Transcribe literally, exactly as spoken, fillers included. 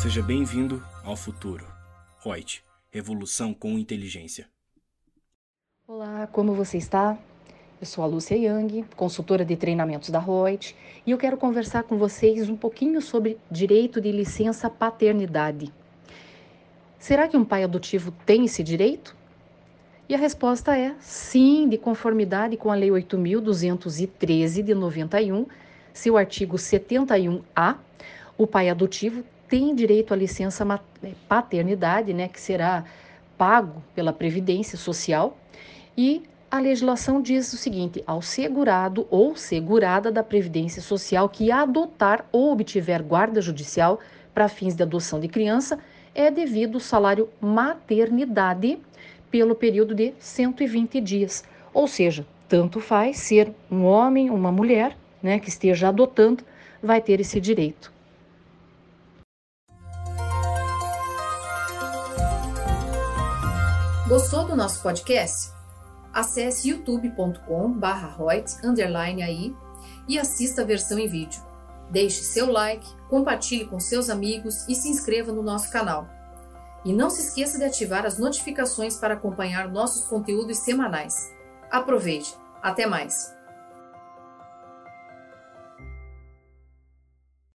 Seja bem-vindo ao futuro. Reut, revolução com inteligência. Olá, como você está? Eu sou a Lúcia Yang, consultora de treinamentos da Reut, e eu quero conversar com vocês um pouquinho sobre direito de licença paternidade. Será que um pai adotivo tem esse direito? E a resposta é sim, de conformidade com a Lei oito mil duzentos e treze de noventa e um, seu artigo setenta e um A, o pai adotivo tem direito à licença paternidade, né, que será pago pela Previdência Social, e a legislação diz o seguinte: ao segurado ou segurada da Previdência Social que adotar ou obtiver guarda judicial para fins de adoção de criança, é devido o salário maternidade pelo período de cento e vinte dias. Ou seja, tanto faz ser um homem, uma mulher, né, que esteja adotando, vai ter esse direito. Gostou do nosso podcast? Acesse youtube ponto com barra reut underline aí e assista a versão em vídeo. Deixe seu like, compartilhe com seus amigos e se inscreva no nosso canal. E não se esqueça de ativar as notificações para acompanhar nossos conteúdos semanais. Aproveite! Até mais!